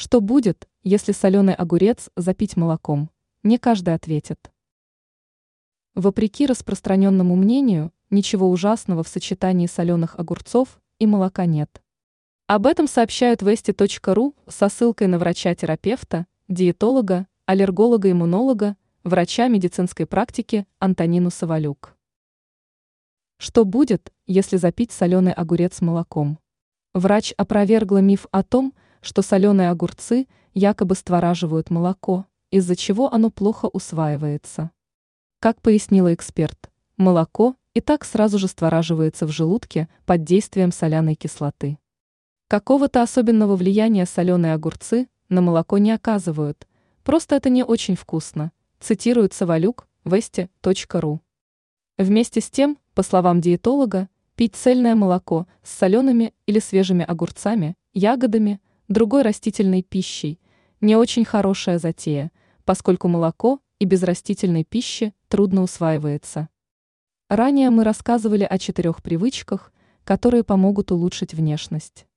Что будет, если соленый огурец запить молоком? Не каждый ответит. Вопреки распространенному мнению, ничего ужасного в сочетании соленых огурцов и молока нет. Об этом сообщают вести.ру со ссылкой на врача-терапевта, диетолога, аллерголога-иммунолога, врача медицинской практики Антонину Савалюк. Что будет, если запить соленый огурец молоком? Врач опровергла миф о том, что соленые огурцы якобы створаживают молоко, из-за чего оно плохо усваивается. Как пояснила эксперт, молоко и так сразу же створаживается в желудке под действием соляной кислоты. Какого-то особенного влияния соленые огурцы на молоко не оказывают, просто это не очень вкусно, цитирует Савалюк, вести.ру. Вместе с тем, по словам диетолога, пить цельное молоко с солеными или свежими огурцами, ягодами, другой растительной пищей – не очень хорошая затея, поскольку молоко и без растительной пищи трудно усваивается. Ранее мы рассказывали о 4 привычках, которые помогут улучшить внешность.